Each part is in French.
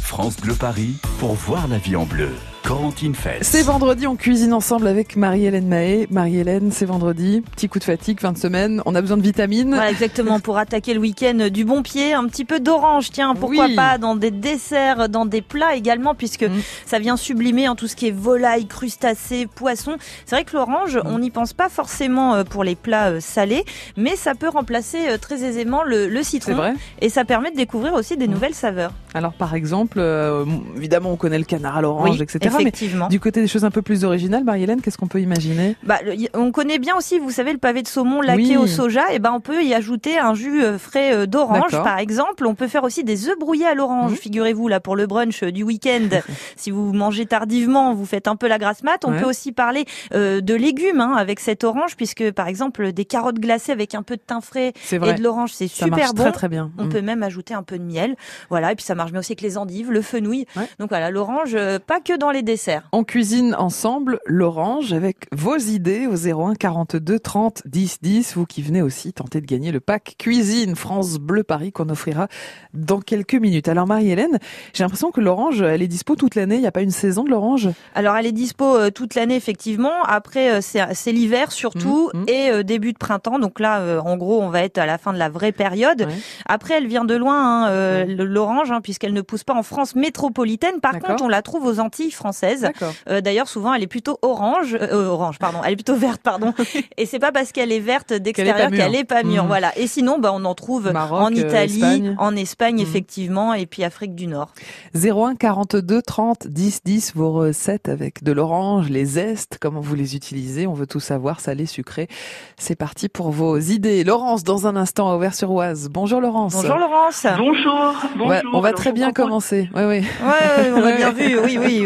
France Bleu Paris pour voir la vie en bleu. Corentine Fels. C'est vendredi, on cuisine ensemble avec Marie-Hélène Mahé. Marie-Hélène, c'est vendredi, petit coup de fatigue, fin de semaine, on a besoin de vitamines. Voilà, exactement, pour attaquer le week-end du bon pied, un petit peu d'orange, tiens, pourquoi pas, dans des desserts, dans des plats également, puisque ça vient sublimer tout ce qui est volaille, crustacés, poissons. C'est vrai que l'orange, on n'y pense pas forcément pour les plats salés, mais ça peut remplacer très aisément le citron. C'est vrai. Et ça permet de découvrir aussi des nouvelles saveurs. Alors par exemple, évidemment on connaît le canard à l'orange, oui, etc. Effectivement. Mais du côté des choses un peu plus originales, Marie-Hélène, qu'est-ce qu'on peut imaginer ? On connaît bien aussi, vous savez, le pavé de saumon laqué au soja. Et on peut y ajouter un jus frais d'orange, par exemple. On peut faire aussi des œufs brouillés à l'orange. Figurez-vous, là, pour le brunch du week-end, si vous mangez tardivement, vous faites un peu la grasse mat. On peut aussi parler de légumes avec cette orange, puisque, par exemple, des carottes glacées avec un peu de thym frais et de l'orange, c'est super marche bon. Très, très bien. On peut même ajouter un peu de miel. Voilà, et puis ça marche bien aussi avec les endives, le fenouil. Donc voilà, l'orange, pas que dans les desserts. On cuisine ensemble l'orange avec vos idées au 01 42 30 10 10. Vous qui venez aussi tenter de gagner le pack cuisine France Bleu Paris qu'on offrira dans quelques minutes. Alors Marie-Hélène, j'ai l'impression que l'orange, elle est dispo toute l'année. Il n'y a pas une saison de l'orange ? Alors elle est dispo toute l'année effectivement. Après c'est l'hiver surtout et début de printemps. Donc là en gros on va être à la fin de la vraie période. Après elle vient de loin l'orange puisqu'elle ne pousse pas en France métropolitaine. Par contre on la trouve aux Antilles françaises. D'ailleurs souvent elle est plutôt elle est plutôt verte et c'est pas parce qu'elle est verte d'extérieur qu'elle est pas mûre. Voilà. Et sinon on en trouve Maroc, en Italie, en Espagne effectivement et puis Afrique du Nord. 01 42 30 10 10 vos recettes avec de l'orange, les zestes, comment vous les utilisez, on veut tout savoir, salé, sucré. C'est parti pour vos idées. Laurence dans un instant à Auvers-sur-Oise. Bonjour Laurence. Bonjour Laurence. Bonjour. On va très bien commencer. Oui, on a bien vu. Oui.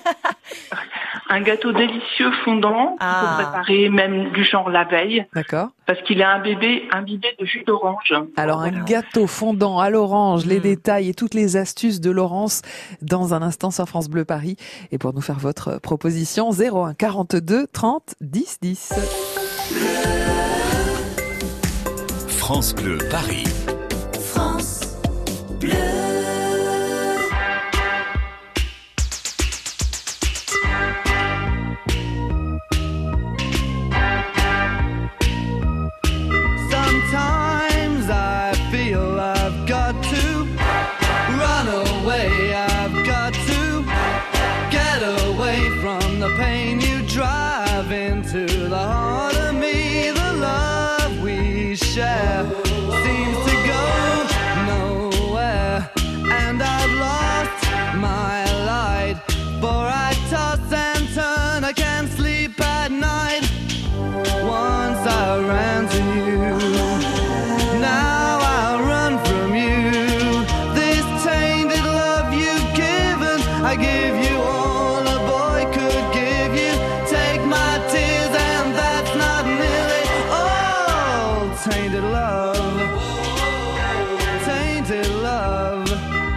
Un gâteau délicieux fondant, qu'il faut préparer même du genre la veille. D'accord. Parce qu'il a imbibé de jus d'orange. Alors un gâteau fondant à l'orange, les détails et toutes les astuces de Laurence dans un instant sur France Bleu Paris. Et pour nous faire votre proposition, 01 42 30 10 10. France Bleu Paris. France Bleu. Sometimes I feel I've got to run away. I've got to get away from the pain you drive into the heart of me. The love we share seems to go nowhere, and I've lost my light. For I toss and turn, I can't sleep at night. Once I ran to you, now I run from you. This tainted love you've given, I give you all a boy could give you. Take my tears and that's not nearly all. Tainted love, tainted love.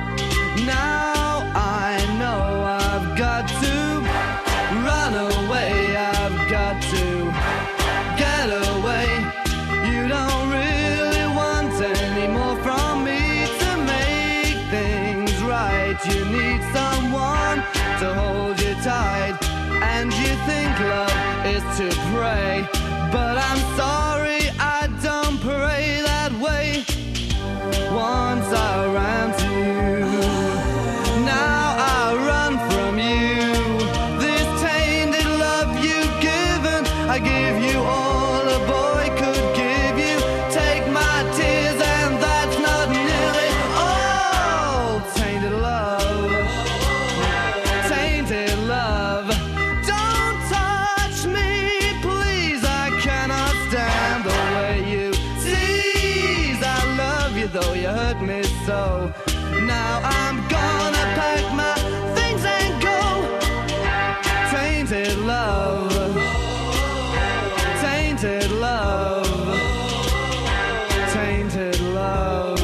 Now I know I've got to run away. I've got to get away. You don't really want any more from me to make things right. You need someone to hold you tight, and you think love is to pray, but I'm sorry I don't pray that way. Once I ran to you, now I run from you. This tainted love you've given, I give you all a boy could give you. Take my tears and that's not nearly all. Tainted love, tainted love. Don't touch me, please. I cannot stand the way you tease. I love you though you hurt me so. Now I'm gonna pack my things and go. Tainted love, tainted love, tainted love,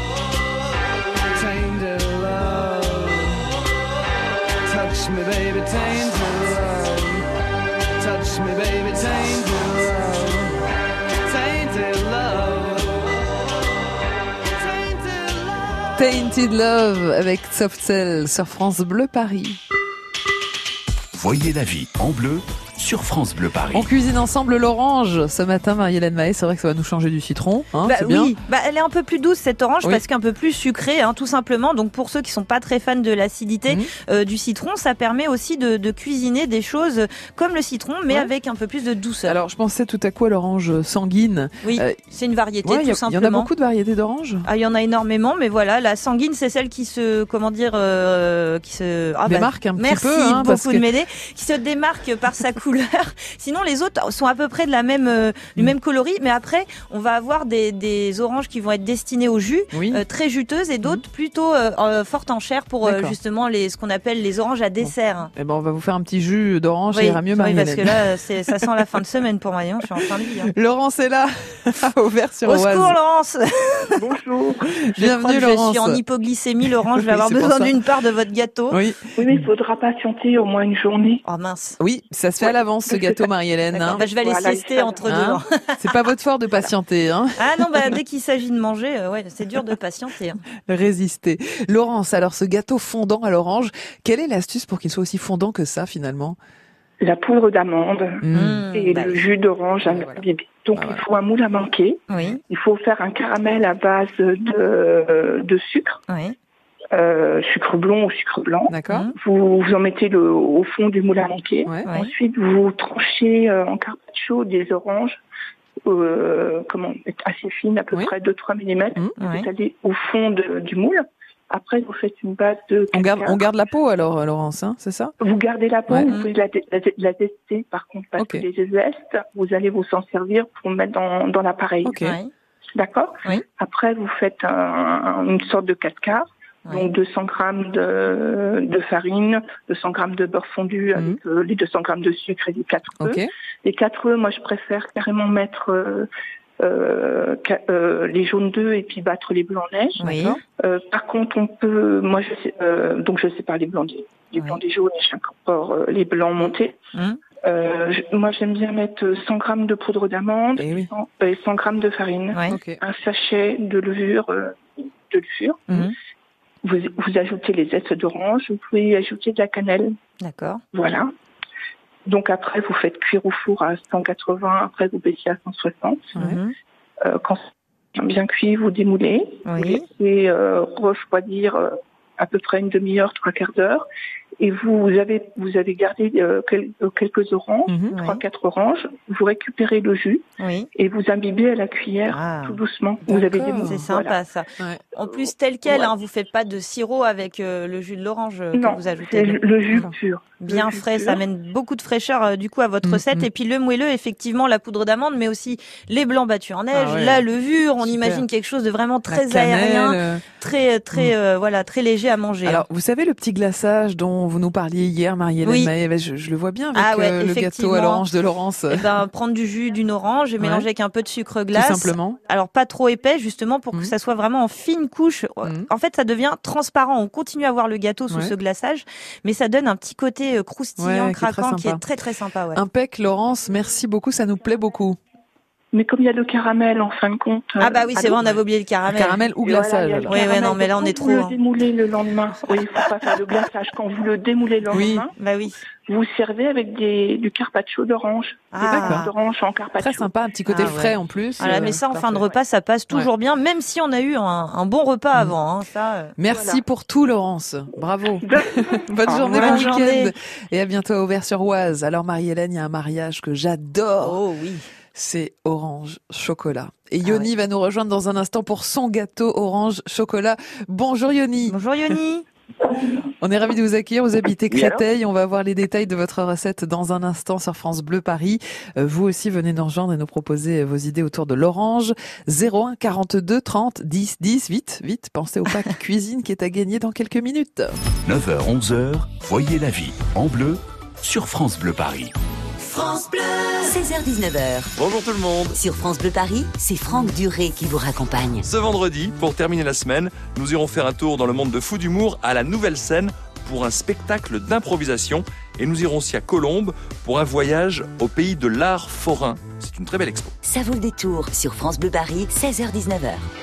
tainted love. Touch me, baby, tainted love. Touch me, baby, tainted love. Tainted love. Tainted love. Tainted Love avec Soft Cell sur France Bleu Paris. Voyez la vie en bleu sur France Bleu Paris. On cuisine ensemble l'orange ce matin, Marie-Hélène Mahé. C'est vrai que ça va nous changer du citron, hein, c'est bien. Oui, elle est un peu plus douce cette orange parce qu'un peu plus sucrée, hein, tout simplement. Donc pour ceux qui sont pas très fans de l'acidité du citron, ça permet aussi de cuisiner des choses comme le citron, mais avec un peu plus de douceur. Alors je pensais tout à coup à l'orange sanguine. Oui, c'est une variété tout simplement. Il y en a beaucoup de variétés d'orange. Ah, il y en a énormément, mais voilà, la sanguine, c'est celle qui se, démarque un petit peu. Merci beaucoup de m'aider. Qui se démarque par sa couleur. Sinon, les autres sont à peu près de la même, du même coloris, mais après, on va avoir des oranges qui vont être destinées au jus, très juteuses, et d'autres plutôt fortes en chair pour justement ce qu'on appelle les oranges à dessert. Eh ben, on va vous faire un petit jus d'orange, ça ira mieux, Marie-Hélène. Parce que là, ça sent la fin de semaine pour moi. Je suis en fin de vie. Laurence est là, au Auvers-sur-Oise. Au secours, Laurence. Bonjour. Bienvenue, Laurence. Je suis en hypoglycémie, Laurence. Je vais avoir besoin d'une part de votre gâteau. Oui, mais il faudra patienter au moins une journée. Oh mince. Oui, ça se fait à l'avance, ce gâteau, Marie-Hélène. Hein. Je vais aller siester entre deux. C'est pas votre fort de patienter. Hein. Ah non, dès qu'il s'agit de manger, c'est dur de patienter. Résister. Laurence, alors ce gâteau fondant à l'orange, quelle est l'astuce pour qu'il soit aussi fondant que ça finalement? La poudre d'amande et le jus d'orange à imbibé. Donc il faut un moule à manquer. Oui. Il faut faire un caramel à base de sucre. Oui. Sucre blond ou sucre blanc. D'accord. Vous en mettez au fond du moule à manquer. Ouais. Ensuite, vous tranchez en carpaccio des oranges assez fines, à peu près 2-3 mm. Vous étalez au fond du moule. Après, vous faites une base de caca. On garde la peau alors, Laurence, hein, c'est ça? Vous gardez la peau, vous pouvez la tester, par contre, parce que les zestes, vous allez vous en servir pour mettre dans l'appareil. Okay. D'accord? Oui. Après, vous faites une sorte de 4 quarts. Donc 200 grammes de farine, 200 grammes de beurre fondu avec les 200 grammes de sucre et les 4 œufs. Les 4 œufs, moi je préfère carrément mettre les jaunes d'œufs et puis battre les blancs neige. Oui. Par contre, on peut, moi je sépare les blancs des jaunes et j'incorpore les blancs montés. Moi, j'aime bien mettre 100 grammes de poudre d'amande et 100 grammes de farine, un sachet de levure. Vous ajoutez les zestes d'orange, vous pouvez ajouter de la cannelle. D'accord. Voilà. Donc après, vous faites cuire au four à 180, après vous baissez à 160. Quand c'est bien cuit, vous démoulez. Vous laissez refroidir à peu près une demi-heure, 3/4 d'heure. Et vous avez gardé quelques oranges, 3-4 oranges. Vous récupérez le jus et vous imbibez à la cuillère tout doucement. Vous avez c'est sympa ça. Ouais. En plus tel quel, vous faites pas de sirop avec le jus de l'orange que vous ajoutez. C'est le jus pur. Bien frais, ça amène beaucoup de fraîcheur du coup à votre recette. Et puis le moelleux, effectivement, la poudre d'amande, mais aussi les blancs battus en neige, la levure. On imagine quelque chose de vraiment très aérien, très léger à manger. Alors vous savez le petit glaçage dont vous nous parliez hier, Marie-Hélène Mahé, je le vois bien avec le gâteau à l'orange de Laurence. Prendre du jus d'une orange et mélanger avec un peu de sucre glace. Tout simplement. Alors pas trop épais justement pour que ça soit vraiment en fine couche. En fait, ça devient transparent. On continue à voir le gâteau sous ce glaçage, mais ça donne un petit côté croustillant, craquant, qui est très très sympa. Impec, Laurence, merci beaucoup, ça nous plaît beaucoup. Mais comme il y a le caramel en fin de compte. C'est vrai, on avait oublié le caramel. Caramel ou glaçage. Non, mais là on est trop. Vous le démoulez le lendemain. Oui, il faut pas faire le glaçage. Quand vous le démoulez le lendemain, vous servez avec du carpaccio d'orange. Des d'orange en carpaccio. Très sympa, un petit côté frais en plus. Voilà, mais ça en fin de repas, ça passe toujours bien, même si on a eu un bon repas avant. Merci pour tout, Laurence. Bravo. Bonne journée, bon week-end. Et à bientôt à Auvers-sur-Oise. Alors Marie-Hélène, il y a un mariage que j'adore. Oh oui. C'est orange chocolat. Et Yoni va nous rejoindre dans un instant pour son gâteau orange chocolat. Bonjour Yoni. Bonjour Yoni. On est ravis de vous accueillir. Vous habitez Créteil. On va voir les détails de votre recette dans un instant sur France Bleu Paris. Vous aussi venez nous rejoindre et nous proposer vos idées autour de l'orange. 01 42 30 10 10. Vite, pensez au pack cuisine qui est à gagner dans quelques minutes. 9h, 11h, voyez la vie en bleu sur France Bleu Paris. France Bleu, 16h-19h. Bonjour tout le monde. Sur France Bleu Paris, c'est Franck Duré qui vous raccompagne. Ce vendredi, pour terminer la semaine, nous irons faire un tour dans le monde de Fou d'humour à la Nouvelle Scène pour un spectacle d'improvisation. Et nous irons aussi à Colombes pour un voyage au pays de l'art forain. C'est une très belle expo. Ça vaut le détour sur France Bleu Paris, 16h-19h.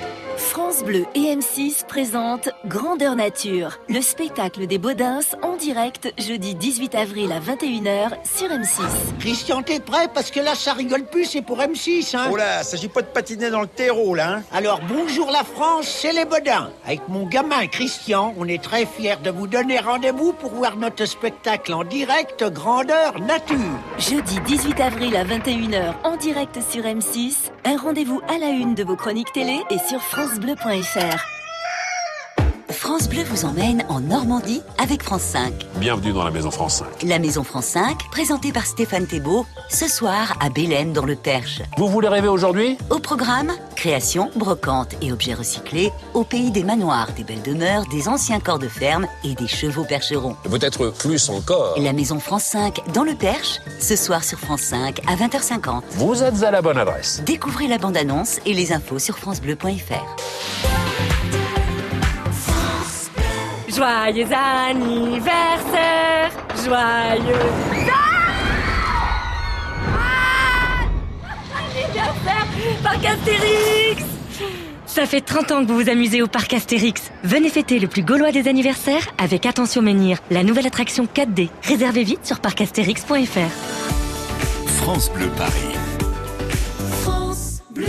France Bleu et M6 présentent Grandeur Nature, le spectacle des Baudins en direct jeudi 18 avril à 21h sur M6. Christian, t'es prêt? Parce que là, ça rigole plus, c'est pour M6, hein. Oh là, s'agit pas de patiner dans le terreau, là, hein. Alors, bonjour la France, c'est les Baudins. Avec mon gamin Christian, on est très fiers de vous donner rendez-vous pour voir notre spectacle en direct Grandeur Nature. Jeudi 18 avril à 21h en direct sur M6, un rendez-vous à la une de vos chroniques télé et sur francebleu.fr. France Bleu vous emmène en Normandie avec France 5. Bienvenue dans la Maison France 5. La Maison France 5, présentée par Stéphane Thébault, ce soir à Bélem dans le Perche. Vous voulez rêver aujourd'hui? Au programme, création, brocante et objets recyclés au pays des manoirs, des belles demeures, des anciens corps de ferme et des chevaux percherons. Peut-être plus encore. La Maison France 5 dans le Perche, ce soir sur France 5 à 20h50. Vous êtes à la bonne adresse. Découvrez la bande-annonce et les infos sur francebleu.fr. Joyeux anniversaire, joyeux anniversaire, Parc Astérix. Ça fait 30 ans que vous vous amusez au Parc Astérix. Venez fêter le plus gaulois des anniversaires avec Attention Menhir, la nouvelle attraction 4D. Réservez vite sur parcastérix.fr. France Bleu Paris. France Bleu.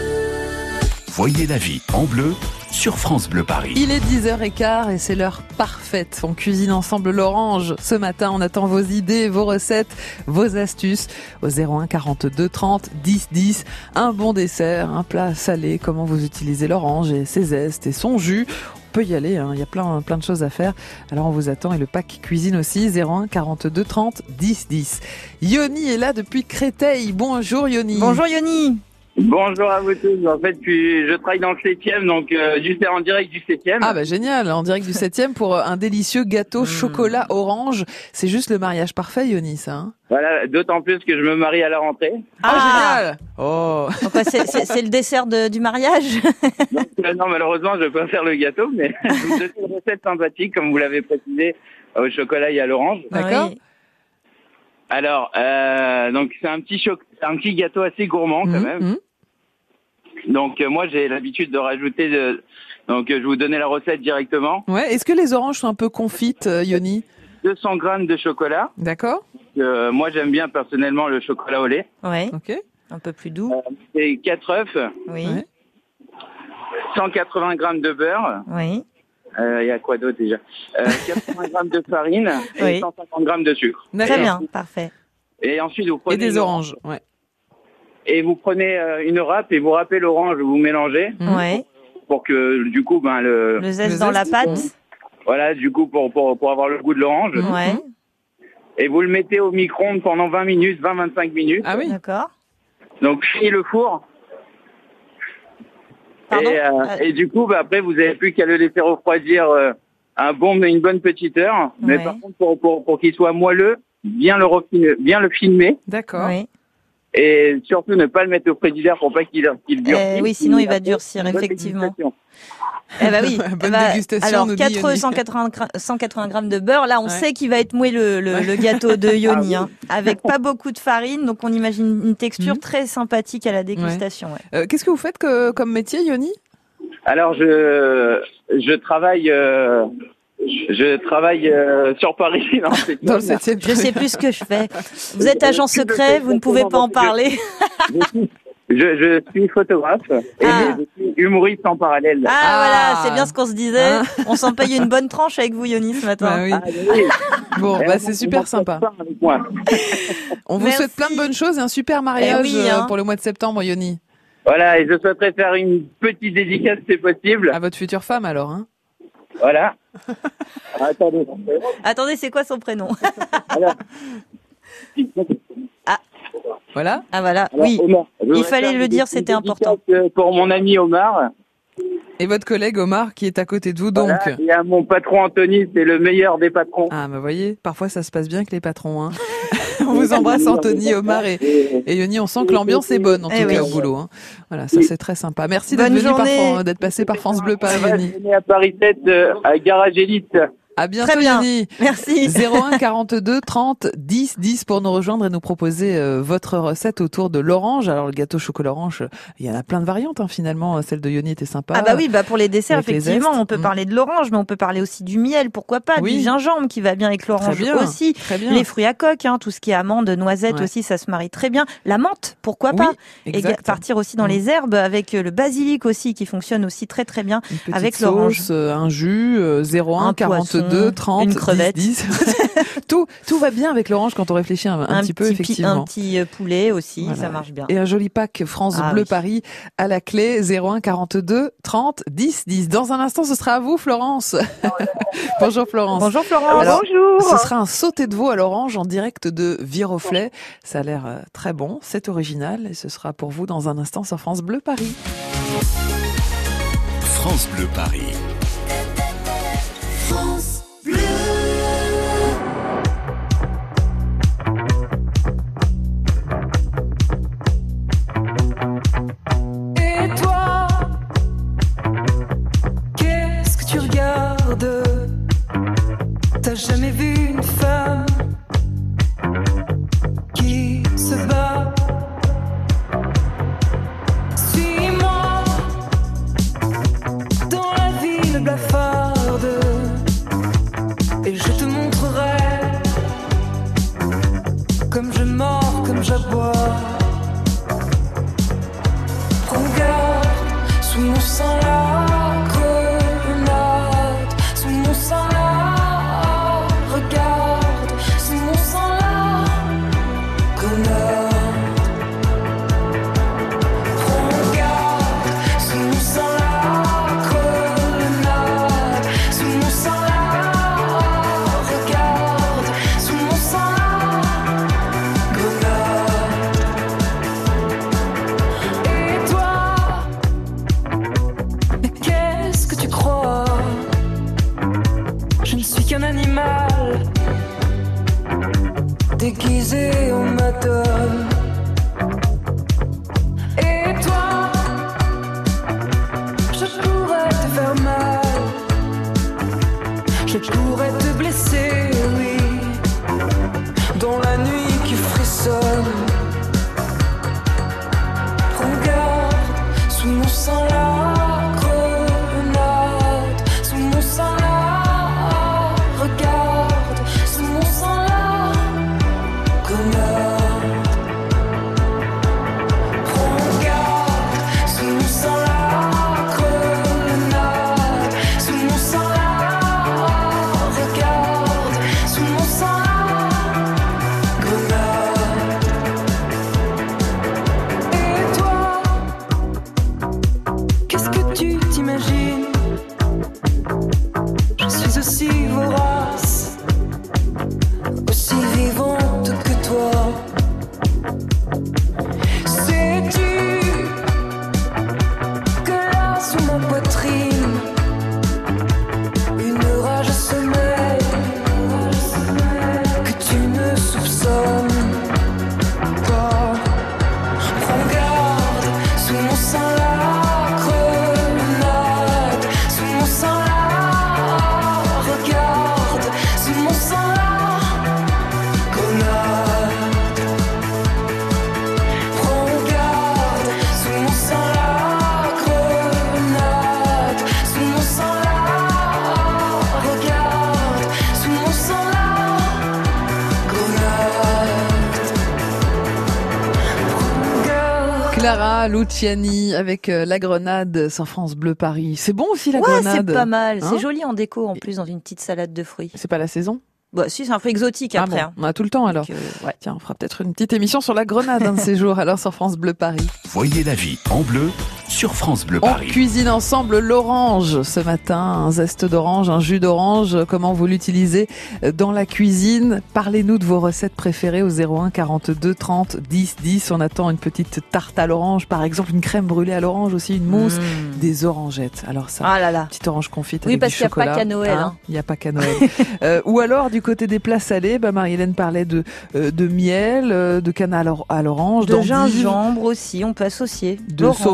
Voyez la vie en bleu sur France Bleu Paris. Il est 10h15 et c'est l'heure parfaite. On cuisine ensemble l'orange. Ce matin, on attend vos idées, vos recettes, vos astuces au 01 42 30 10 10. Un bon dessert, un plat salé, comment vous utilisez l'orange et ses zestes et son jus. On peut y aller, hein. Il y a plein de choses à faire. Alors on vous attend et le pack cuisine aussi, 01 42 30 10 10. Yoni est là depuis Créteil. Bonjour Yoni. Bonjour Yoni. Bonjour à vous tous. En fait, je travaille dans le 7e, donc juste en direct du 7e. Ah bah génial, en direct du 7e pour un délicieux gâteau chocolat orange. C'est juste le mariage parfait, Yoni, ça. Hein, voilà, d'autant plus que je me marie à la rentrée. Ah génial. Oh. Donc, c'est le dessert du mariage. Donc, non, malheureusement, je peux pas faire le gâteau, mais je vous donne une recette sympathique, comme vous l'avez précisé, au chocolat et à l'orange. D'accord. Oui. Alors, donc c'est un petit gâteau assez gourmand quand même. Donc moi j'ai l'habitude de rajouter donc je vais vous donner la recette directement. Ouais, est-ce que les oranges sont un peu confites, Yoni? 200 grammes de chocolat. D'accord. Moi j'aime bien personnellement le chocolat au lait. Ouais. OK. Un peu plus doux. Et 4 œufs. Oui. Ouais. 180 grammes de beurre. Oui. Il y a quoi d'autre déjà 80 grammes de farine et Oui. 150 grammes de sucre. Très bien, parfait. Et ensuite vous prenez Et des oranges, ouais. Et vous prenez une râpe et vous râpez l'orange, vous mélangez. Ouais. Pour que du coup le zeste dans la pâte. Voilà, du coup pour avoir le goût de l'orange. Ouais. Et vous le mettez au micro-ondes pendant 20 minutes, 20-25 minutes. Ah oui. D'accord. Donc finissez le four. Pardon Et du coup après vous avez plus qu'à le laisser refroidir une bonne petite heure. Mais Ouais. par contre pour qu'il soit moelleux, bien le filmer. D'accord. Oui. Et surtout ne pas le mettre au frigidaire pour pas qu'il durcisse. Oui, sinon il va durcir, effectivement. Eh ben oui. Bonne dégustation, Alors, nous dit 4 œufs, Yoni. 180 grammes de beurre. Là, on Ouais. sait qu'il va être moelleux, le gâteau de Yoni, hein, avec pas beaucoup de farine. Donc, on imagine une texture très sympathique à la dégustation. Ouais. Qu'est-ce que vous faites comme métier, Yoni? Alors je travaille sur Paris Dans le 7e. Je sais plus ce que je fais. Vous êtes agent secret, vous ne pouvez pas en parler. Je suis photographe et je suis humoriste en parallèle. Voilà, c'est bien ce qu'on se disait. On s'en paye une bonne tranche avec vous, Yoni, ce matin. Bah oui. Bon, c'est super sympa. On vous Merci. souhaite plein de bonnes choses et un super mariage pour le mois de septembre, Yoni. Voilà, et je souhaiterais faire une petite dédicace, si c'est possible. À votre future femme, alors, hein. Voilà. Attendez. Attendez, c'est quoi son prénom? Alors. Voilà. Ah voilà, Alors, oui. Omar, Il fallait le dire, c'était important. Pour mon ami Omar. Et votre collègue Omar qui est à côté de vous, donc. Voilà, et à mon patron Anthony, c'est le meilleur des patrons. Ah, bah voyez, parfois ça se passe bien avec les patrons, hein. On vous embrasse, Anthony, Omar et Yoni. On sent que l'ambiance est bonne, en tout cas, au boulot, hein. Voilà, ça c'est très sympa. Merci d'être Bonne venu journée. d'être passé par France Bleu Paris, Yoni. Je suis à Paris 7, à Garage Elite, À bientôt, Très bien. Yanni. Merci. 01 42 30 10 10 pour nous rejoindre et nous proposer votre recette autour de l'orange. Alors, le gâteau chocolat orange, il y en a plein de variantes, finalement. Celle de Yoni était sympa. Ah bah oui, pour les desserts, Avec les effectivement, zestes. on peut parler de l'orange, mais on peut parler aussi du miel, pourquoi pas, du gingembre qui va bien avec l'orange Très bien, aussi. très bien. Les fruits à coque, tout ce qui est amandes, noisettes aussi, ça se marie très bien. La menthe, pourquoi pas. Et partir aussi dans les herbes avec le basilic aussi, qui fonctionne aussi très très bien avec l'orange. Un jus, 01 42 30 une crevette. 10 10. tout va bien avec l'orange quand on réfléchit un petit peu, effectivement. Un petit poulet aussi, ça marche bien. Et un joli pack France Bleu Paris à la clé, 01 42 30 10 10. Dans un instant, ce sera à vous, Florence. Bonjour, Florence. Bonjour, Florence. Alors, bonjour. Ce sera un sauté de veau à l'orange en direct de Viroflay. Ça a l'air très bon, c'est original et ce sera pour vous dans un instant sur France Bleu Paris. France Bleu Paris. France Bleu. Et toi, qu'est-ce que tu regardes? T'as jamais vu une femme qui se bat? Suis-moi dans la ville blafarde et je te montrerai comme je mords, comme j'aboie. Regarde, sous mon sang la grenade, sous mon sang la, regarde, sous mon sang la grenade. Regarde, sous mon sang la grenade, sous mon sang la, regarde, sous mon sang la grenade. Et toi, mais qu'est-ce que tu crois? Je ne suis qu'un animal déguisé en madone. Et toi, je pourrais te faire mal, je pourrais te blesser, oui, dans la nuit qui frissonne. Regarde, sous mon sang la grenade, sous mon sang la, regarde, sous mon sang la grenade. Regarde, sous mon sang la grenade, sous mon sang la, regarde, sous mon sang la grenade. Et toi, qu'est-ce que tu t'imagines? Je suis aussi vorace, aussi vivante que toi. Sais-tu que là sous ma poitrine, une rage sommeille que tu ne soupçonnes pas? Regarde, sous mon sang la grenade, sous mon sang la, regarde, sous mon sang la grenade. Regarde, sous mon sang la grenade, sous mon sang la, regarde, sous mon sang la grenade. Clara Luciani avec la grenade sur France Bleu Paris. C'est bon aussi la Ouais, grenade. c'est pas mal. Hein? C'est joli en déco en plus dans une petite salade de fruits. C'est pas la saison? Bah si, c'est un fruit exotique après. Bon, on a tout le temps alors. Ouais. Tiens, on fera peut-être une petite émission sur la grenade un de ces jours alors sur France Bleu Paris. Voyez la vie en bleu sur France Bleu On Paris. cuisine ensemble l'orange ce matin, un zeste d'orange, un jus d'orange, comment vous l'utilisez dans la cuisine. Parlez-nous de vos recettes préférées au 01 42 30 10 10. On attend une petite tarte à l'orange, par exemple une crème brûlée à l'orange, aussi une mousse, des orangettes. Alors ça, petite orange confite avec du chocolat. Oui, parce qu'il n'y a pas qu'à Noël. Il n'y a pas qu'à Noël. Ou alors du côté des plats salés, Marie-Hélène parlait de miel, de canne à l'orange, de gingembre aussi, on peut associer. De saumon, de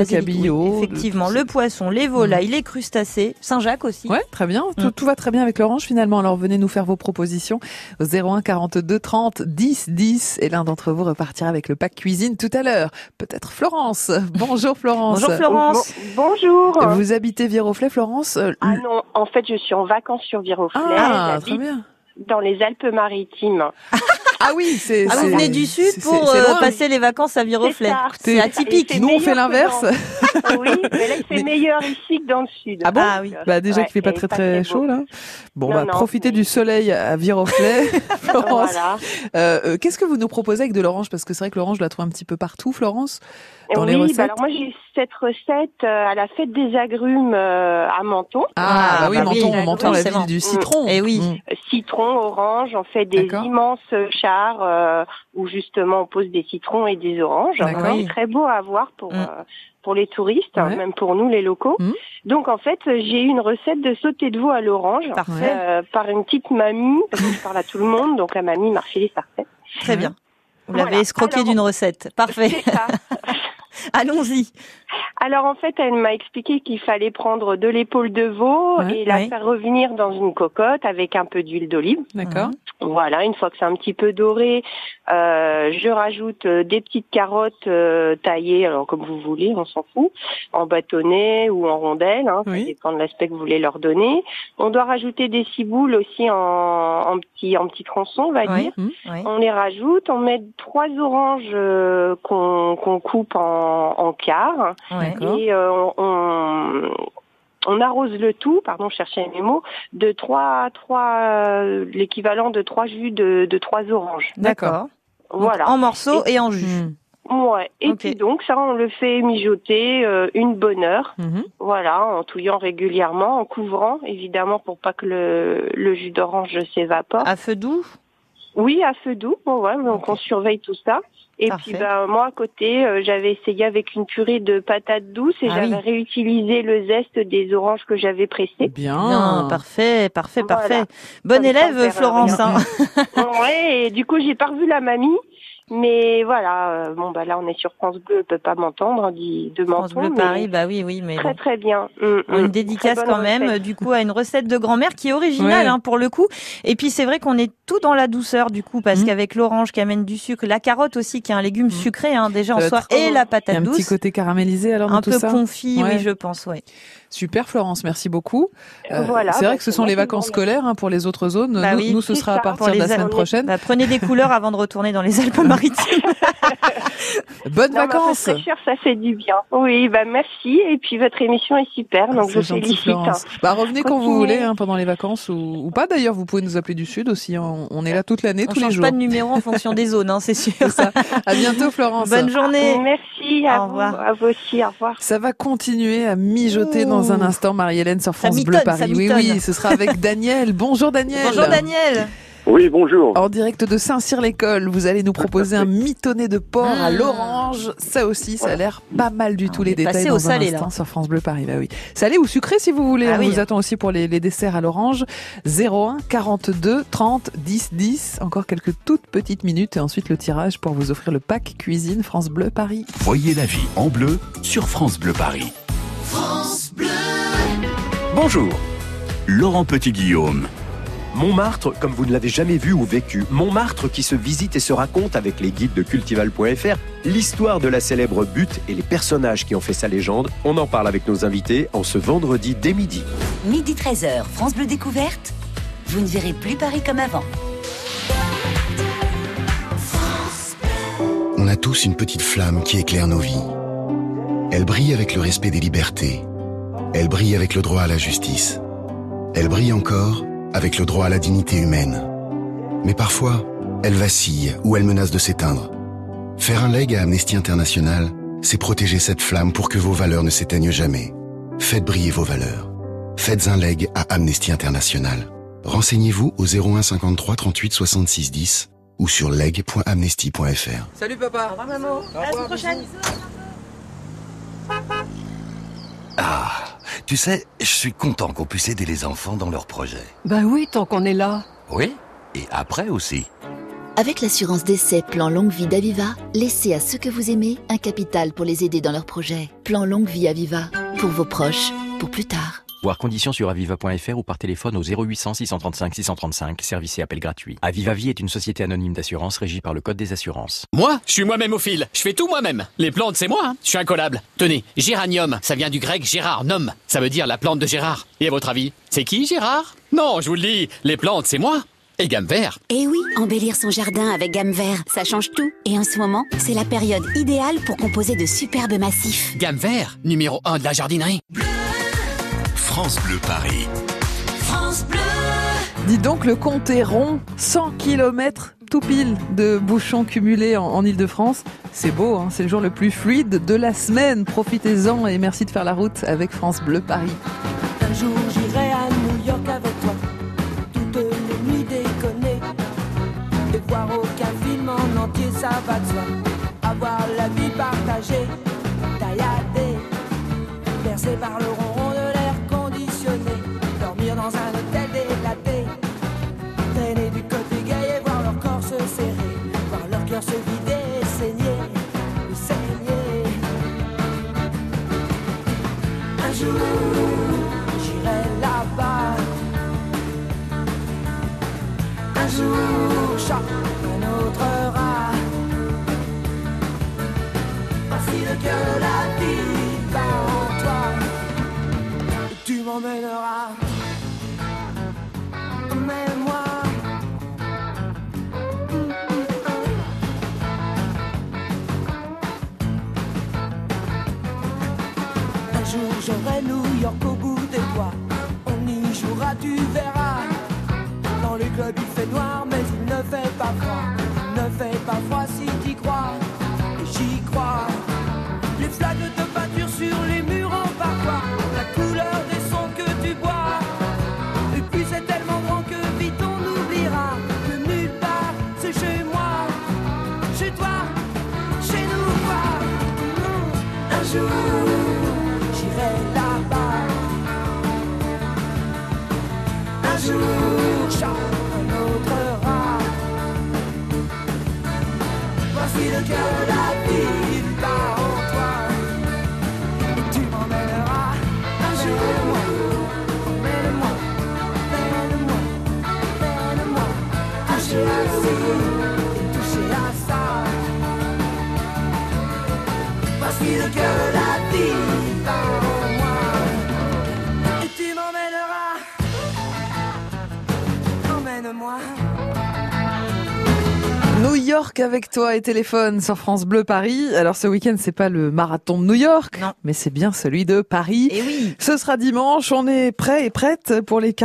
cabillaud. Effectivement, le poisson, les volailles, les crustacés, Saint-Jacques aussi. Ouais, très bien. Tout va très bien avec l'orange finalement. Alors venez nous faire vos propositions au 01 42 30 10 10 et l'un d'entre vous repartira avec le pack cuisine tout à l'heure. Peut-être Florence. Bonjour Florence. Bonjour Florence. Bonjour. Vous habitez Viroflay, Florence? Ah non, en fait je suis en vacances sur Viroflay. Ah, très bien. Dans les Alpes-Maritimes. Ah oui, vous venez du sud pour passer les vacances à Viroflay. C'est atypique. Nous, on fait l'inverse. Oui, mais là, il fait meilleur ici que dans le sud. Ah bon? Oui. Bah, déjà qu'il fait pas très chaud, là. Bon, profitez du soleil à Viroflay. Florence. Voilà. Qu'est-ce que vous nous proposez avec de l'orange? Parce que c'est vrai que l'orange, je la trouve un petit peu partout, Florence. Dans les recettes. Alors moi, j'ai cette recette à la fête des agrumes à Menton. Menton, la ville du citron. Et oui. Citron, orange, on fait des immenses chars où justement on pose des citrons et des oranges. C'est très beau à voir pour les touristes, même pour nous les locaux. Donc en fait, j'ai eu une recette de sauté de veau à l'orange par une petite mamie, parce que je parle à tout le monde, donc la mamie m'a refilé sa recette. Très bien. Vous l'avez escroqué d'une recette. Parfait. C'est ça. Allons-y. Alors en fait, elle m'a expliqué qu'il fallait prendre de l'épaule de veau et la faire revenir dans une cocotte avec un peu d'huile d'olive. D'accord. Voilà, une fois que c'est un petit peu doré, je rajoute des petites carottes taillées, alors comme vous voulez, on s'en fout, en bâtonnets ou en rondelles, ça dépend de l'aspect que vous voulez leur donner. On doit rajouter des ciboules aussi en petits tronçons, on va dire. On les rajoute, on met 3 oranges qu'on coupe en quarts. Et on arrose le tout, je cherchais mes mots, de l'équivalent de 3 jus de 3 oranges. D'accord. Voilà. Donc, en morceaux et en jus. Ouais. Et puis donc ça, on le fait mijoter une bonne heure. Voilà, en touillant régulièrement, en couvrant évidemment pour pas que le jus d'orange s'évapore. À feu doux? Oui, à feu doux. Donc on surveille tout ça. Et puis moi à côté, j'avais essayé avec une purée de patates douces et j'avais réutilisé le zeste des oranges que j'avais pressées. Bien, parfait. Bonne élève, Florence. Et du coup j'ai pas revu la mamie. Mais voilà, là on est sur France Bleu, peut pas m'entendre de Menton. France Bleu Paris, oui, mais très très bien. Une dédicace quand même, du coup, à une recette de grand-mère qui est originale pour le coup. Et puis c'est vrai qu'on est tout dans la douceur du coup, parce qu'avec l'orange qui amène du sucre, la carotte aussi qui est un légume sucré déjà en soi, et la patate douce. Un petit côté caramélisé alors dans tout ça. Un peu confit, oui, je pense, Super Florence, merci beaucoup. Voilà, c'est vrai que ce sont les vacances scolaires pour les autres zones. Nous, ce sera à partir de la semaine prochaine. Prenez des couleurs avant de retourner dans les Alpes-Maritimes. Bonnes vacances. La fraîcheur, ça fait du bien. Oui, merci. Et puis votre émission est super, donc je vous félicite. Revenez quand vous voulez, pendant les vacances ou pas. D'ailleurs, vous pouvez nous appeler du Sud aussi. On est là toute l'année, tous les jours. On change pas de numéro en fonction des zones, c'est sûr. C'est ça. À bientôt Florence. Bonne journée. Merci. Au revoir. À vous aussi. Au revoir. Ça va continuer à mijoter dans un instant, Marie-Hélène, sur France Bleu Paris. Oui, ce sera avec Daniel. Bonjour Daniel. Bonjour Daniel. Oui, bonjour. En direct de Saint-Cyr-l'École, vous allez nous proposer un mitonné de porc à l'orange. Ça aussi, ça a l'air pas mal du tout. Les détails dans un instant sur France Bleu Paris. Oui. Salé ou sucré si vous voulez. On vous attend aussi pour les desserts à l'orange. 01 42 30 10 10. Encore quelques toutes petites minutes et ensuite le tirage pour vous offrir le pack cuisine France Bleu Paris. Voyez la vie en bleu sur France Bleu Paris. France Bleu. Bonjour, Laurent Petit-Guillaume. Montmartre, comme vous ne l'avez jamais vu ou vécu. Montmartre qui se visite et se raconte avec les guides de Cultival.fr. L'histoire de la célèbre butte et les personnages qui ont fait sa légende. On en parle avec nos invités en ce vendredi dès midi. Midi 13h, France Bleu Découverte. Vous ne verrez plus Paris comme avant. On a tous une petite flamme qui éclaire nos vies. Elle brille avec le respect des libertés. Elle brille avec le droit à la justice. Elle brille encore avec le droit à la dignité humaine. Mais parfois, elle vacille ou elle menace de s'éteindre. Faire un leg à Amnesty International, c'est protéger cette flamme pour que vos valeurs ne s'éteignent jamais. Faites briller vos valeurs. Faites un leg à Amnesty International. Renseignez-vous au 01 53 38 66 10 ou sur leg.amnesty.fr. Salut papa. Au revoir maman. À la semaine prochaine. Ah, tu sais, je suis content qu'on puisse aider les enfants dans leurs projets. Ben oui, tant qu'on est là. Oui, et après aussi. Avec l'assurance d'essai Plan Longue Vie d'Aviva, laissez à ceux que vous aimez un capital pour les aider dans leurs projets. Plan Longue Vie Aviva, pour vos proches, pour plus tard. Voir conditions sur aviva.fr ou par téléphone au 0800 635 635, service et appel gratuit. Aviva Vie est une société anonyme d'assurance régie par le Code des assurances. Moi, je suis moi-même au fil. Je fais tout moi-même. Les plantes, c'est moi, hein. Je suis incollable. Tenez, géranium, ça vient du grec Gérard, nom. Ça veut dire la plante de Gérard. Et à votre avis, c'est qui Gérard? Non, je vous le dis, les plantes, c'est moi. Et gamme vert. Eh oui, embellir son jardin avec gamme vert, ça change tout. Et en ce moment, c'est la période idéale pour composer de superbes massifs. Gamme vert, numéro 1 de la jardinerie. France Bleu Paris. France Bleu. Dis donc, le compte est rond, 100 km tout pile de bouchons cumulés en Ile-de-France. C'est beau, hein, c'est le jour le plus fluide de la semaine. Profitez-en et merci de faire la route avec France Bleu Paris. Un jour j'irai à New York avec toi, toutes les nuits déconner, et voir aucun film en entier, ça va de soi. Avoir la vie partagée, tailladée, bercée par le ronron de l'air conditionné, dormir dans un hôtel délaté, traîner du côté gay et voir leur corps se serrer, voir leur cœur se vider et saigner, un jour j'irai là-bas, un jour choc, un autre rat. Voici le cœur de la vie bat en toi, et tu m'emmèneras. Emmène-moi. Un jour j'aurai New York au bout des doigts, on y jouera, tu verras. Dans les clubs il fait noir mais il ne fait pas froid, il ne fait pas froid si t'y crois, et j'y crois. Les flaques de peinture sur les murs en parfois, la couleur des sons que tu bois, et puis c'est tellement grand que vite on oubliera que nulle part c'est chez moi, chez toi, chez nous quoi. Un jour j'irai là-bas, un jour chante un autre rat. Voici le cœur de la vie bat en toi, et tu m'emmèneras un jour. Emmène-moi, emmène-moi, emmène-moi, toucher à ci et toucher à ça. Voici le cœur de la vie bat en moi, et tu m'emmèneras. Emmène-moi. New York avec toi et téléphone sur France Bleu Paris. Alors ce week-end, c'est pas le marathon de New York, non, mais c'est bien celui de Paris. Et oui. Ce sera dimanche, on est prêt et prête pour les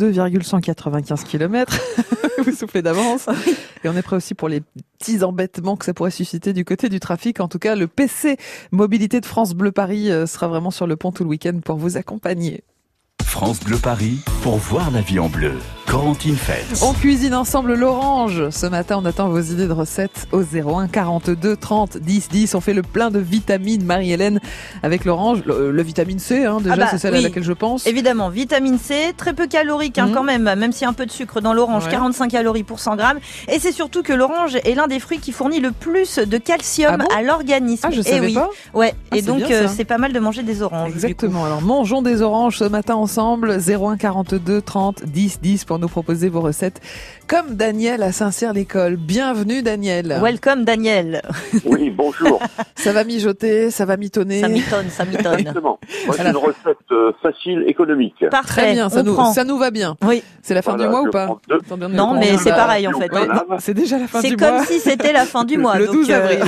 42,195 km. Vous soufflez d'avance. Et on est prêt aussi pour les petits embêtements que ça pourrait susciter du côté du trafic. En tout cas, le PC Mobilité de France Bleu Paris sera vraiment sur le pont tout le week-end pour vous accompagner. France Bleu Paris, pour voir la vie en bleu. Corentine Feltz. On cuisine ensemble l'orange. Ce matin, on attend vos idées de recettes au 01 42 30 10 10. On fait le plein de vitamines, Marie-Hélène, avec l'orange. Le vitamine C, hein, déjà, c'est celle à laquelle je pense. Évidemment, vitamine C, très peu calorique quand même s'il y a un peu de sucre dans l'orange, 45 calories pour 100 grammes. Et c'est surtout que l'orange est l'un des fruits qui fournit le plus de calcium à l'organisme. Ah, je savais pas. Ouais, et c'est donc bien, c'est pas mal de manger des oranges. Exactement. Alors mangeons des oranges ce matin ensemble. 01 42 30 10 10 pour nous proposer vos recettes comme Daniel à Saint-Cyr-l'École. Bienvenue Daniel. Welcome Daniel. Oui, bonjour. Ça va mijoter, ça va mitonner. Ça mitonne. Exactement. Moi, c'est une recette facile, économique. Parfait. Très bien, ça nous va bien. Oui. C'est la fin du mois ou pas? Non, mais c'est pareil en fait. Ouais, non, c'est déjà la fin du mois. C'est comme si c'était la fin du mois. Le 12 avril.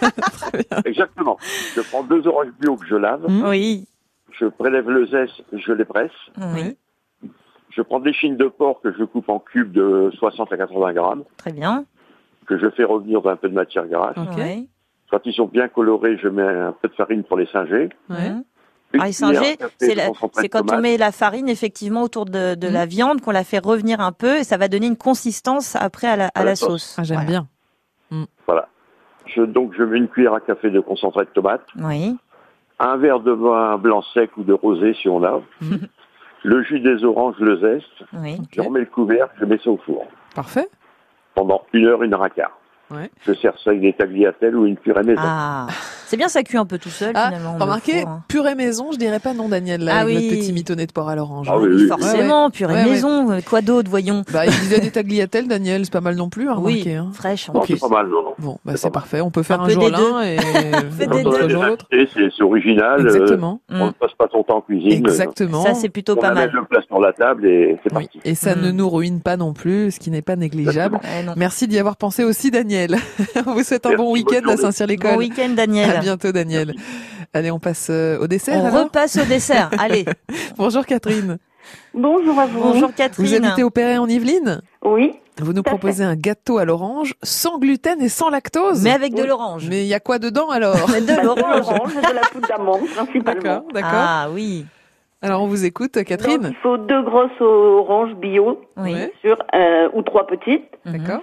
Exactement. Je prends 2 oranges bio que je lave. Oui. Je prélève le zeste, je les presse. Oui. Je prends des chines de porc que je coupe en cubes de 60 à 80 grammes. Très bien. Que je fais revenir dans un peu de matière grasse. Okay. Quand ils sont bien colorés, je mets un peu de farine pour les singer. Ouais. Les singer, c'est quand on met la farine effectivement autour de la viande, qu'on la fait revenir un peu et ça va donner une consistance après à la sauce. Ah, j'aime bien. Voilà. Donc je mets une cuillère à café de concentré de tomate. Oui. Un verre de vin blanc sec ou de rosé si on a. Le jus des oranges, le zeste. Oui. Je remets le couvercle, je mets ça au four. Parfait. pendant 1h15. Ouais. Je sers ça avec des tagliatelles ou une purée maison. Ah, c'est bien, ça cuit un peu tout seul finalement. Remarquez, purée maison, je dirais pas non, Daniel, là, avec notre petit mitonnet de porc à l'orange. Ah oui. Forcément, purée maison, quoi d'autre, voyons. Bah, il disait des tagliatelles, Daniel, c'est pas mal non plus, remarquez. Oui, fraîche. Non, c'est pas mal, non. Bon, bah c'est parfait, on peut faire un jour l'un et un jour l'autre. C'est original. Exactement. On ne passe pas son temps en cuisine. Exactement. Ça, c'est plutôt pas mal. On le place sur la table et c'est parti. Et ça ne nous ruine pas non plus, ce qui n'est pas négligeable. Merci d'y avoir pensé aussi, Daniel. On vous souhaite un bon week-end à Saint-Cyr-l'École. Bon week-end, Daniel. À bientôt, Daniel. Allez, on passe au dessert. On repasse au dessert. Allez. Bonjour, Catherine. Bonjour à vous. Bonjour, Catherine. Vous habitez au Perret en Yvelines? Oui. Vous nous proposez un gâteau à l'orange sans gluten et sans lactose. Mais avec de l'orange. Mais il y a quoi dedans alors? De l'orange. Et de la poudre d'amande, principalement. D'accord. Ah oui. Alors on vous écoute, Catherine. Donc, il faut 2 grosses oranges bio, bien sûr, ou 3 petites. D'accord.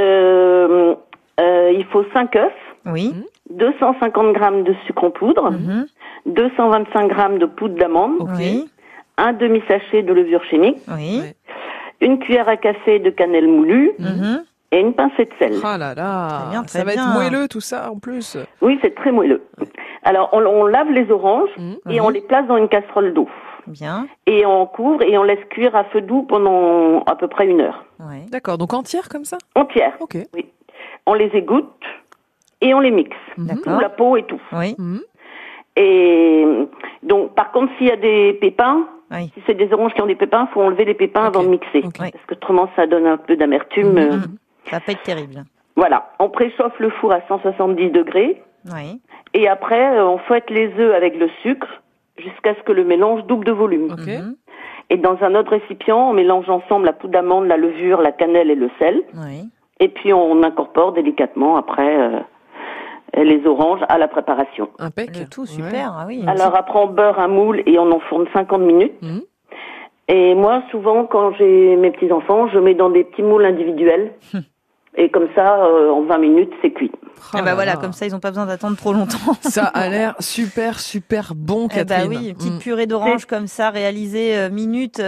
Il faut 5 œufs. Oui. 250 grammes de sucre en poudre. 225 grammes de poudre d'amande. Oui. Un demi-sachet de levure chimique. Oui. Une cuillère à café de cannelle moulue. Et une pincée de sel. Ah là là, Très bien, ça va être moelleux tout ça en plus. Oui, c'est très moelleux. Alors, on lave les oranges et on les place dans une casserole d'eau. Bien. Et on couvre et on laisse cuire à feu doux pendant à peu près 1 heure. Ouais. D'accord, donc entière comme ça? Entière. Ok. Oui. On les égoutte et on les mixe. D'accord. La peau et tout. Oui. Et donc, par contre, s'il y a des pépins, Oui. si c'est des oranges qui ont des pépins, il faut enlever les pépins avant de mixer. Parce que autrement, ça donne un peu d'amertume. Ça va pas être terrible. Voilà. On préchauffe le four à 170 degrés. Oui. Et après, on fouette les œufs avec le sucre jusqu'à ce que le mélange double de volume. Et dans un autre récipient, on mélange ensemble la poudre d'amande, la levure, la cannelle et le sel. Oui. Et puis on incorpore délicatement après les oranges à la préparation. Impec. Le tout, super. Ah oui. Alors après, on beurre un moule et on enfourne 50 minutes. Et moi, souvent, quand j'ai mes petits-enfants, je mets dans des petits moules individuels. Et comme ça, en 20 minutes, c'est cuit. Ah bah voilà, comme ça, ils n'ont pas besoin d'attendre trop longtemps. Ça a l'air super, super bon, Catherine. Bah oui, une petite purée d'orange comme ça, réalisée minute,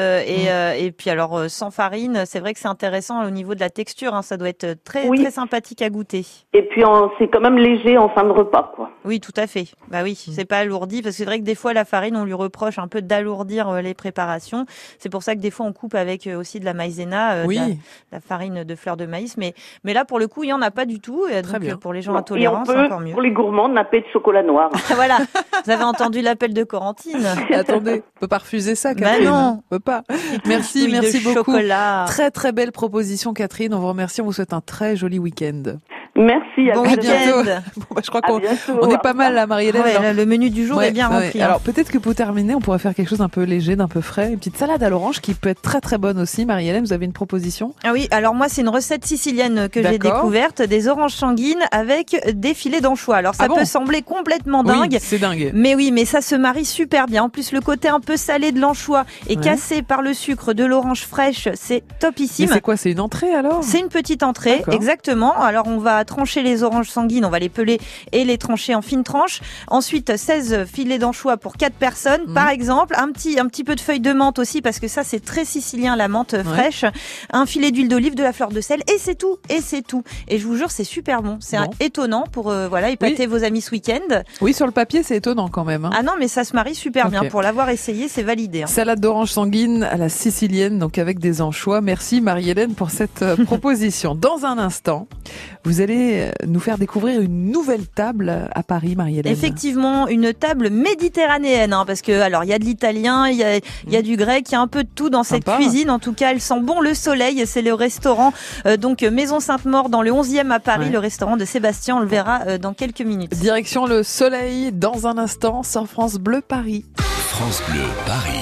et puis alors sans farine. C'est vrai que c'est intéressant au niveau de la texture. Hein, ça doit être très sympathique à goûter. Et puis c'est quand même léger en fin de repas, quoi. Oui, tout à fait. Bah oui, c'est pas alourdi parce que c'est vrai que des fois la farine, on lui reproche un peu d'alourdir les préparations. C'est pour ça que des fois on coupe avec aussi de la maïzena, la farine de fleur de maïs. Mais là, pour le coup, il y en a pas du tout. Et Très donc, bien. pour les gens intolérants, c'est encore mieux. Pour les gourmands, napper de chocolat noir. Voilà. Vous avez entendu l'appel de Corentine. Attendez, on peut pas refuser ça, Catherine. Bah non. On peut pas. Merci beaucoup. Chocolat. Très très belle proposition, Catherine. On vous remercie. On vous souhaite un très joli week-end. Merci. Bon week-end. Bon, bah, je crois qu'on est pas mal là, Marie-Hélène. Ouais, le menu du jour est bien rempli. Alors peut-être que pour terminer, on pourrait faire quelque chose d'un peu léger, d'un peu frais. Une petite salade à l'orange qui peut être très très bonne aussi. Marie-Hélène, vous avez une proposition? Ah oui, alors moi c'est une recette sicilienne que j'ai découverte, des oranges sanguines avec des filets d'anchois. Alors ça peut sembler complètement dingue. Oui, c'est dingue. Mais oui, mais ça se marie super bien. En plus le côté un peu salé de l'anchois et cassé par le sucre de l'orange fraîche, c'est topissime. Mais c'est quoi, c'est une entrée alors? C'est une petite entrée, exactement. Alors on va trancher les oranges sanguines, on va les peler et les trancher en fines tranches. Ensuite 16 filets d'anchois pour 4 personnes par exemple, un petit peu de feuilles de menthe aussi parce que ça c'est très sicilien, la menthe fraîche, un filet d'huile d'olive, de la fleur de sel et c'est tout. Et je vous jure c'est super bon, c'est étonnant pour épater vos amis ce week-end. Oui, sur le papier c'est étonnant quand même. Ah non, mais ça se marie super bien, pour l'avoir essayé, c'est validé. Salade d'orange sanguine à la sicilienne, donc avec des anchois. Merci Marie-Hélène pour cette proposition. Dans un instant, vous allez nous faire découvrir une nouvelle table à Paris, Marie-Hélène. Effectivement, une table méditerranéenne, parce que alors il y a de l'italien, il y a du grec, il y a un peu de tout dans cette cuisine. En tout cas, elle sent bon le soleil. C'est le restaurant donc Maison Sainte-Maure dans le 11e à Paris, le restaurant de Sébastien. On le verra dans quelques minutes. Direction le soleil dans un instant sur France Bleu Paris. France Bleu Paris.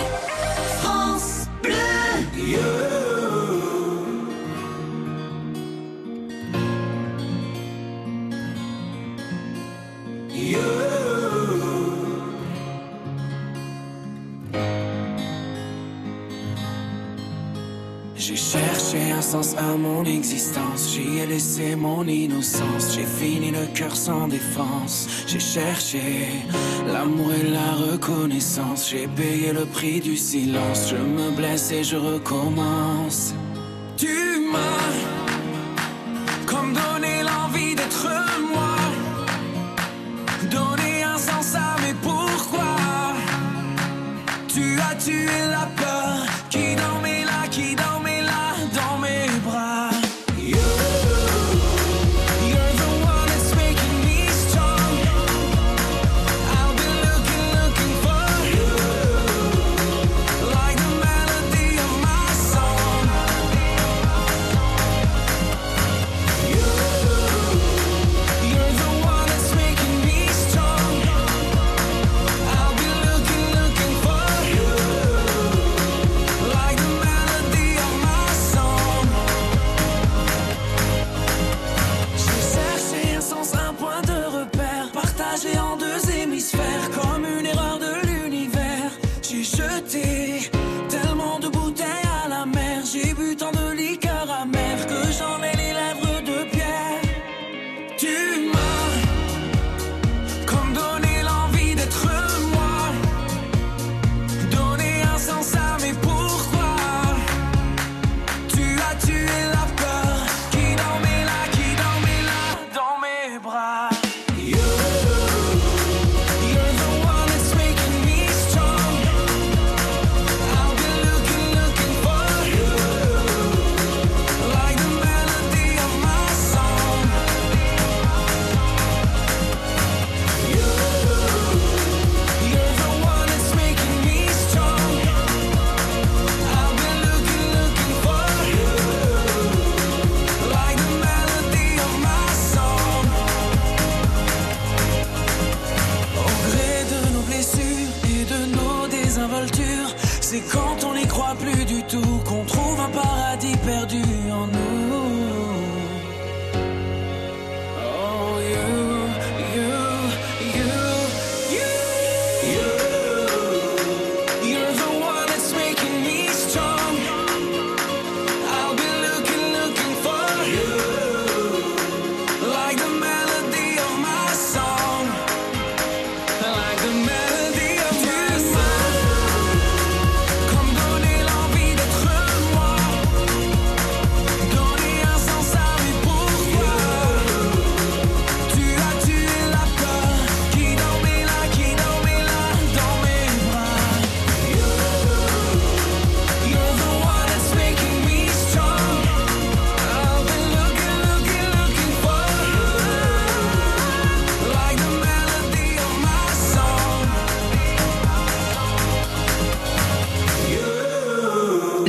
France Bleu. J'ai cherché un sens à mon existence, j'y ai laissé mon innocence, j'ai fini le cœur sans défense, j'ai cherché l'amour et la reconnaissance, j'ai payé le prix du silence, je me blesse et je recommence. Tu m'as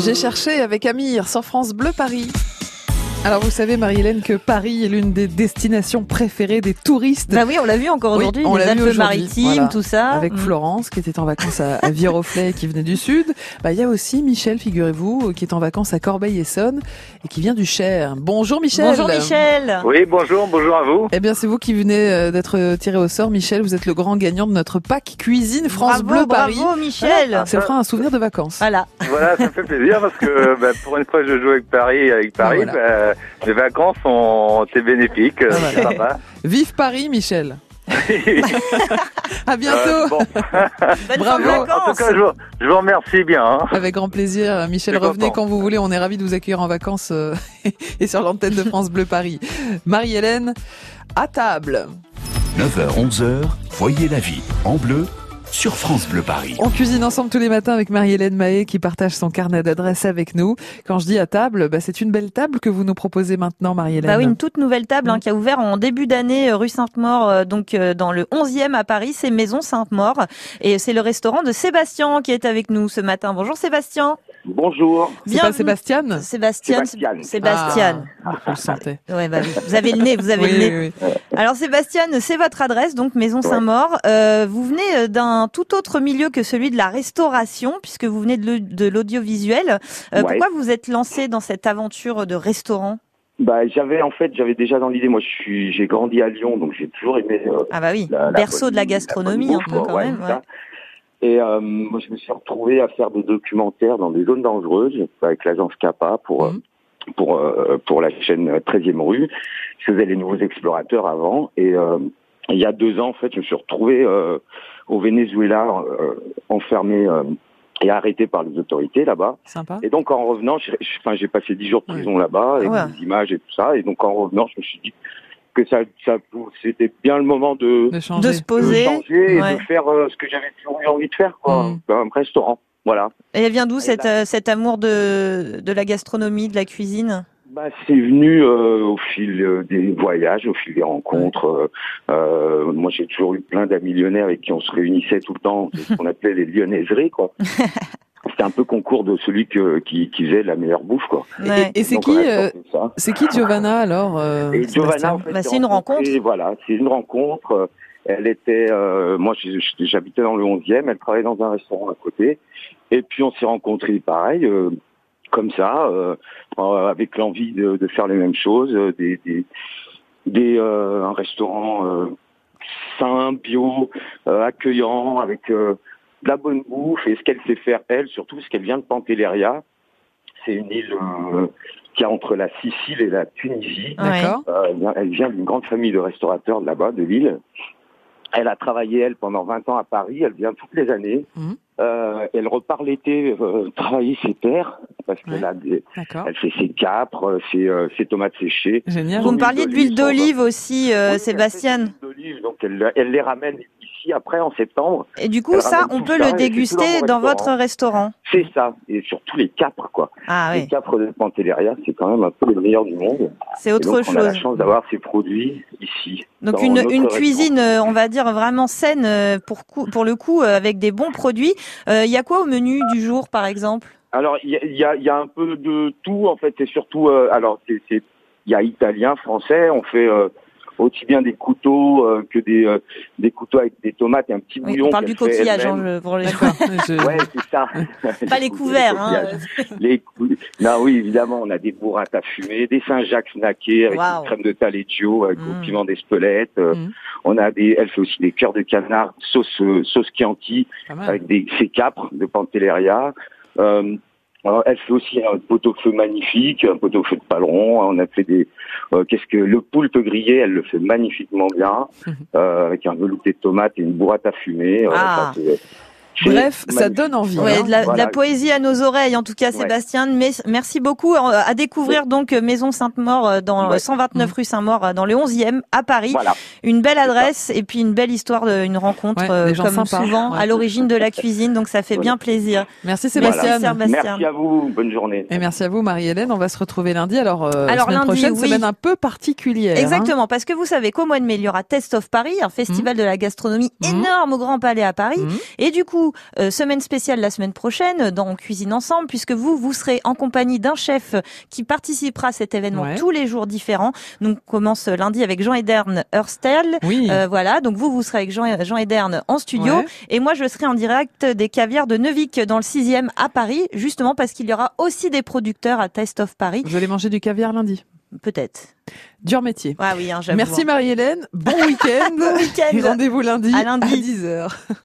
J'ai cherché avec Amir sur France Bleu Paris. Alors vous savez Marie-Hélène que Paris est l'une des destinations préférées des touristes. Bah oui, on l'a vu encore aujourd'hui, on les l'a vu Alpes-Maritimes, voilà, tout ça. avec Florence qui était en vacances à Viroflay et qui venait du sud. Bah il y a aussi Michel, figurez-vous, qui est en vacances à Corbeil-Essonnes et qui vient du Cher. Bonjour Michel. Bonjour Michel. Oui, bonjour à vous. Eh bien c'est vous qui venez d'être tiré au sort Michel, vous êtes le grand gagnant de notre pack cuisine France Bleu Paris. Bravo Michel. Voilà, ça fera un souvenir de vacances. Voilà, ça me fait plaisir parce que pour une fois je joue avec Paris, voilà. Les vacances ont été bénéfiques. Voilà. Vive Paris, Michel. À bientôt. Bon. Bravo. En tout cas, je vous remercie bien. Hein. Avec grand plaisir. Michel, revenez quand vous voulez. On est ravis de vous accueillir en vacances et sur l'antenne de France Bleu Paris. Marie-Hélène, à table. 9h, 11h, voyez la vie en bleu sur France Bleu Paris. On cuisine ensemble tous les matins avec Marie-Hélène Mahé qui partage son carnet d'adresses avec nous. Quand je dis à table, c'est une belle table que vous nous proposez maintenant, Marie-Hélène. Bah oui, une toute nouvelle table qui a ouvert en début d'année rue Sainte-Maure, donc dans le 11e à Paris, c'est Maison Sainte-Maure. Et c'est le restaurant de Sébastien qui est avec nous ce matin. Bonjour Sébastien. Bonjour. C'est pas Sébastien ? Sébastien. Je le sentais. Ouais, bah oui. Vous avez le nez, Oui. Alors Sébastien, c'est votre adresse, donc Maison Saint-Maure. Vous venez d'un tout autre milieu que celui de la restauration, puisque vous venez de l'audiovisuel. Pourquoi vous êtes lancé dans cette aventure de restaurant ? J'avais déjà dans l'idée, moi j'ai grandi à Lyon, donc j'ai toujours aimé berceau de la gastronomie un peu quand même. Ouais. Et moi je me suis retrouvé à faire des documentaires dans des zones dangereuses avec l'agence Capa pour la chaîne 13e rue. Je faisais les Nouveaux Explorateurs avant et il y a 2 ans en fait je me suis retrouvé au Venezuela enfermé et arrêté par les autorités là-bas. Sympa. Et donc en revenant, j'ai passé 10 jours de prison là-bas avec des images et tout ça. Et donc en revenant, je me suis dit que c'était bien le moment de se poser et de faire ce que j'avais toujours eu envie de faire, un restaurant. Voilà. Et elle vient d'où cet amour de la gastronomie, de la cuisine ? C'est venu au fil des voyages, au fil des rencontres. Moi, j'ai toujours eu plein d'amis lyonnais avec qui on se réunissait tout le temps, ce qu'on appelait les lyonnaiseries, quoi. C'était un peu concours de celui qui faisait la meilleure bouffe, quoi. Ouais. Et c'est qui Giovanna alors Et Giovanna, en fait, c'est une rencontre. Voilà, c'est une rencontre. Elle était, moi, j'habitais dans le 11e. Elle travaillait dans un restaurant à côté. Et puis on s'est rencontrés, pareil. Comme ça, avec l'envie de faire les mêmes choses, un restaurant sain, bio, accueillant, avec de la bonne bouffe. Et ce qu'elle sait faire, elle, surtout, ce qu'elle vient de Pantelleria, c'est une île qui est entre la Sicile et la Tunisie. D'accord. Elle vient d'une grande famille de restaurateurs de là-bas, de l'île. Elle a travaillé, elle, pendant 20 ans à Paris. Elle vient toutes les années. Elle repart l'été travailler ses terres parce qu'elle elle fait ses capres, ses tomates séchées. Génial. Vous me parliez d'huile d'olive aussi, Sébastien. Donc elle les ramène ici après en septembre. Et du coup, ça, on peut le déguster dans votre restaurant. C'est ça. Et surtout les capres, quoi. Ah, les capres de Pantelleria, c'est quand même un peu le meilleur du monde. C'est autre chose. On a la chance d'avoir ces produits ici. Donc une cuisine, on va dire, vraiment saine pour le coup, avec des bons produits. Il y a quoi au menu du jour, par exemple? Alors, il y a un peu de tout, en fait. C'est surtout, il y a italien, français. On fait aussi bien des couteaux que des couteaux avec des tomates et un petit bouillon. On parle du coquillage, pour les Ouais, c'est ça. Pas les couverts, hein. Non, oui, évidemment, on a des burrata fumées, des Saint-Jacques snackés avec une crème de taleggio, avec au piment d'Espelette. On a elle fait aussi des cœurs de canard, sauce Chianti, avec ses capres de Pantelleria. Elle fait aussi un pot-au-feu magnifique, un pot-au-feu de paleron. On a fait le poulpe grillé, elle le fait magnifiquement bien, avec un velouté de tomates et une burrata fumée. Bref, ça donne envie. Ouais, de la poésie à nos oreilles, en tout cas, Sébastien. Mais merci beaucoup. À découvrir donc Maison Sainte-Maure dans 129 rue Saint-Maure, dans le 11e à Paris. Voilà. Une belle adresse et puis une belle histoire, une rencontre comme souvent à l'origine de la cuisine. Donc ça fait bien plaisir. Merci Sébastien. Merci à vous. Bonne journée. Et merci à vous Marie-Hélène. On va se retrouver lundi. Alors semaine prochaine, semaine un peu particulière. Exactement, parce que vous savez qu'au mois de mai, il y aura Taste of Paris, un festival de la gastronomie énorme au Grand Palais à Paris. Et du coup, vous, semaine spéciale la semaine prochaine dans Cuisine Ensemble, puisque vous serez en compagnie d'un chef qui participera à cet événement tous les jours différents. Donc, on commence lundi avec Jean Edern Herstel. Oui. Voilà. Donc, vous serez avec Jean Edern en studio. Ouais. Et moi, je serai en direct des caviars de Neuvic dans le 6e à Paris, justement parce qu'il y aura aussi des producteurs à Taste of Paris. Vous allez manger du caviar lundi? Peut-être. Dur métier. Ah oui, j'avoue. Merci Marie-Hélène. Bon week-end. Bon week-end. Et rendez-vous lundi à 10h.